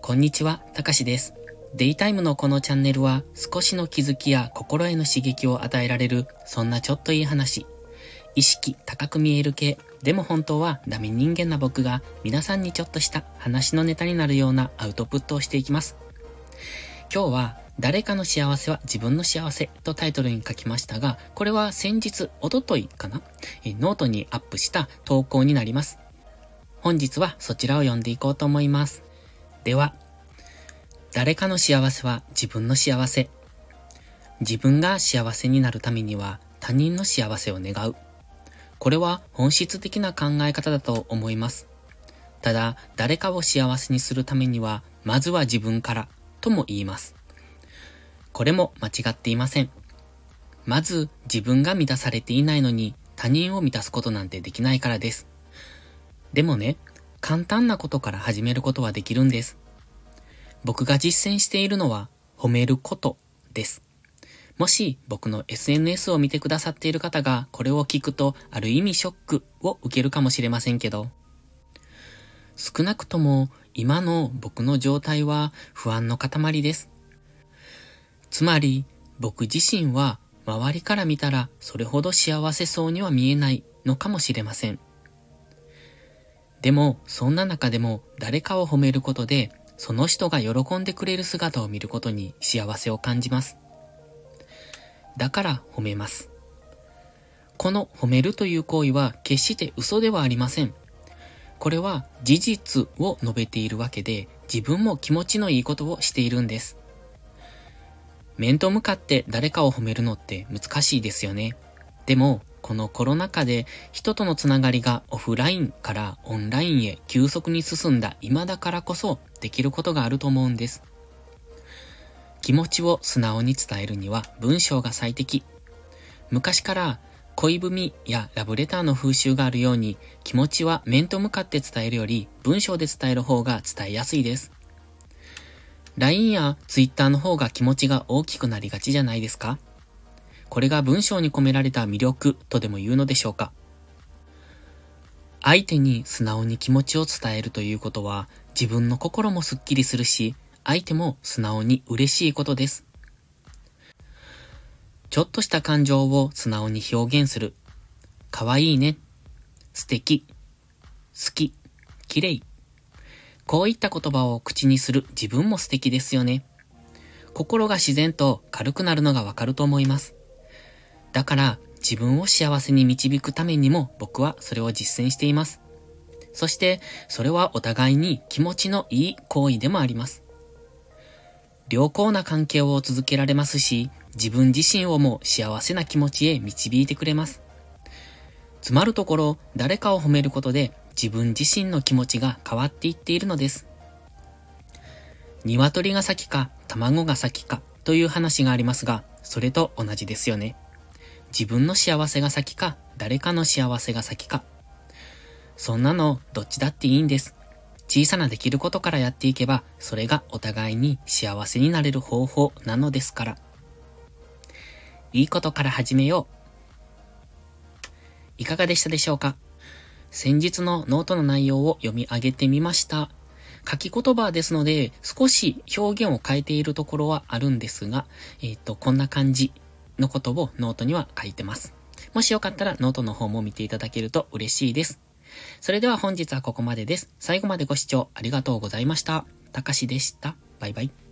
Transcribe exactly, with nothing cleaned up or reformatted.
こんにちは、たかしです。デイタイムのこのチャンネルは少しの気づきや心への刺激を与えられる、そんなちょっといい話。意識高く見える系、でも本当はダメ人間な僕が皆さんにちょっとした話のネタになるようなアウトプットをしていきます。今日は誰かの幸せは自分の幸せとタイトルに書きましたが、これは先日、おとといかなえノートにアップした投稿になります。本日はそちらを読んでいこうと思います。では、誰かの幸せは自分の幸せ。自分が幸せになるためには他人の幸せを願う。これは本質的な考え方だと思います。ただ、誰かを幸せにするためには、まずは自分からとも言います。これも間違っていません。まず自分が満たされていないのに他人を満たすことなんてできないからです。でもね、簡単なことから始めることはできるんです。僕が実践しているのは褒めることです。もし僕の エスエヌエス を見てくださっている方がこれを聞くとある意味ショックを受けるかもしれませんけど、少なくとも今の僕の状態は不安の塊です。つまり僕自身は周りから見たらそれほど幸せそうには見えないのかもしれません。でもそんな中でも誰かを褒めることでその人が喜んでくれる姿を見ることに幸せを感じます。だから褒めます。この褒めるという行為は決して嘘ではありません。これは事実を述べているわけで、自分も気持ちのいいことをしているんです。面と向かって誰かを褒めるのって難しいですよね。でも、このコロナ禍で人とのつながりがオフラインからオンラインへ急速に進んだ今だからこそできることがあると思うんです。気持ちを素直に伝えるには文章が最適。昔から恋文やラブレターの風習があるように、気持ちは面と向かって伝えるより文章で伝える方が伝えやすいです。ライン や Twitter の方が気持ちが大きくなりがちじゃないですか？これが文章に込められた魅力とでも言うのでしょうか？相手に素直に気持ちを伝えるということは、自分の心もすっきりするし、相手も素直に嬉しいことです。ちょっとした感情を素直に表現する。かわいいね。素敵。好き。綺麗。こういった言葉を口にする自分も素敵ですよね。心が自然と軽くなるのがわかると思います。だから自分を幸せに導くためにも僕はそれを実践しています。そしてそれはお互いに気持ちのいい行為でもあります。良好な関係を続けられますし、自分自身をも幸せな気持ちへ導いてくれます。つまるところ、誰かを褒めることで自分自身の気持ちが変わっていっているのです。鶏が先か卵が先かという話がありますが、それと同じですよね。自分の幸せが先か誰かの幸せが先か、そんなのどっちだっていいんです。小さなできることからやっていけば、それがお互いに幸せになれる方法なのですから。いいことから始めよう。いかがでしたでしょうか？先日のノートの内容を読み上げてみました。書き言葉ですので、少し表現を変えているところはあるんですが、えっと、こんな感じのことをノートには書いてます。もしよかったらノートの方も見ていただけると嬉しいです。それでは本日はここまでです。最後までご視聴ありがとうございました。たかしでした。バイバイ。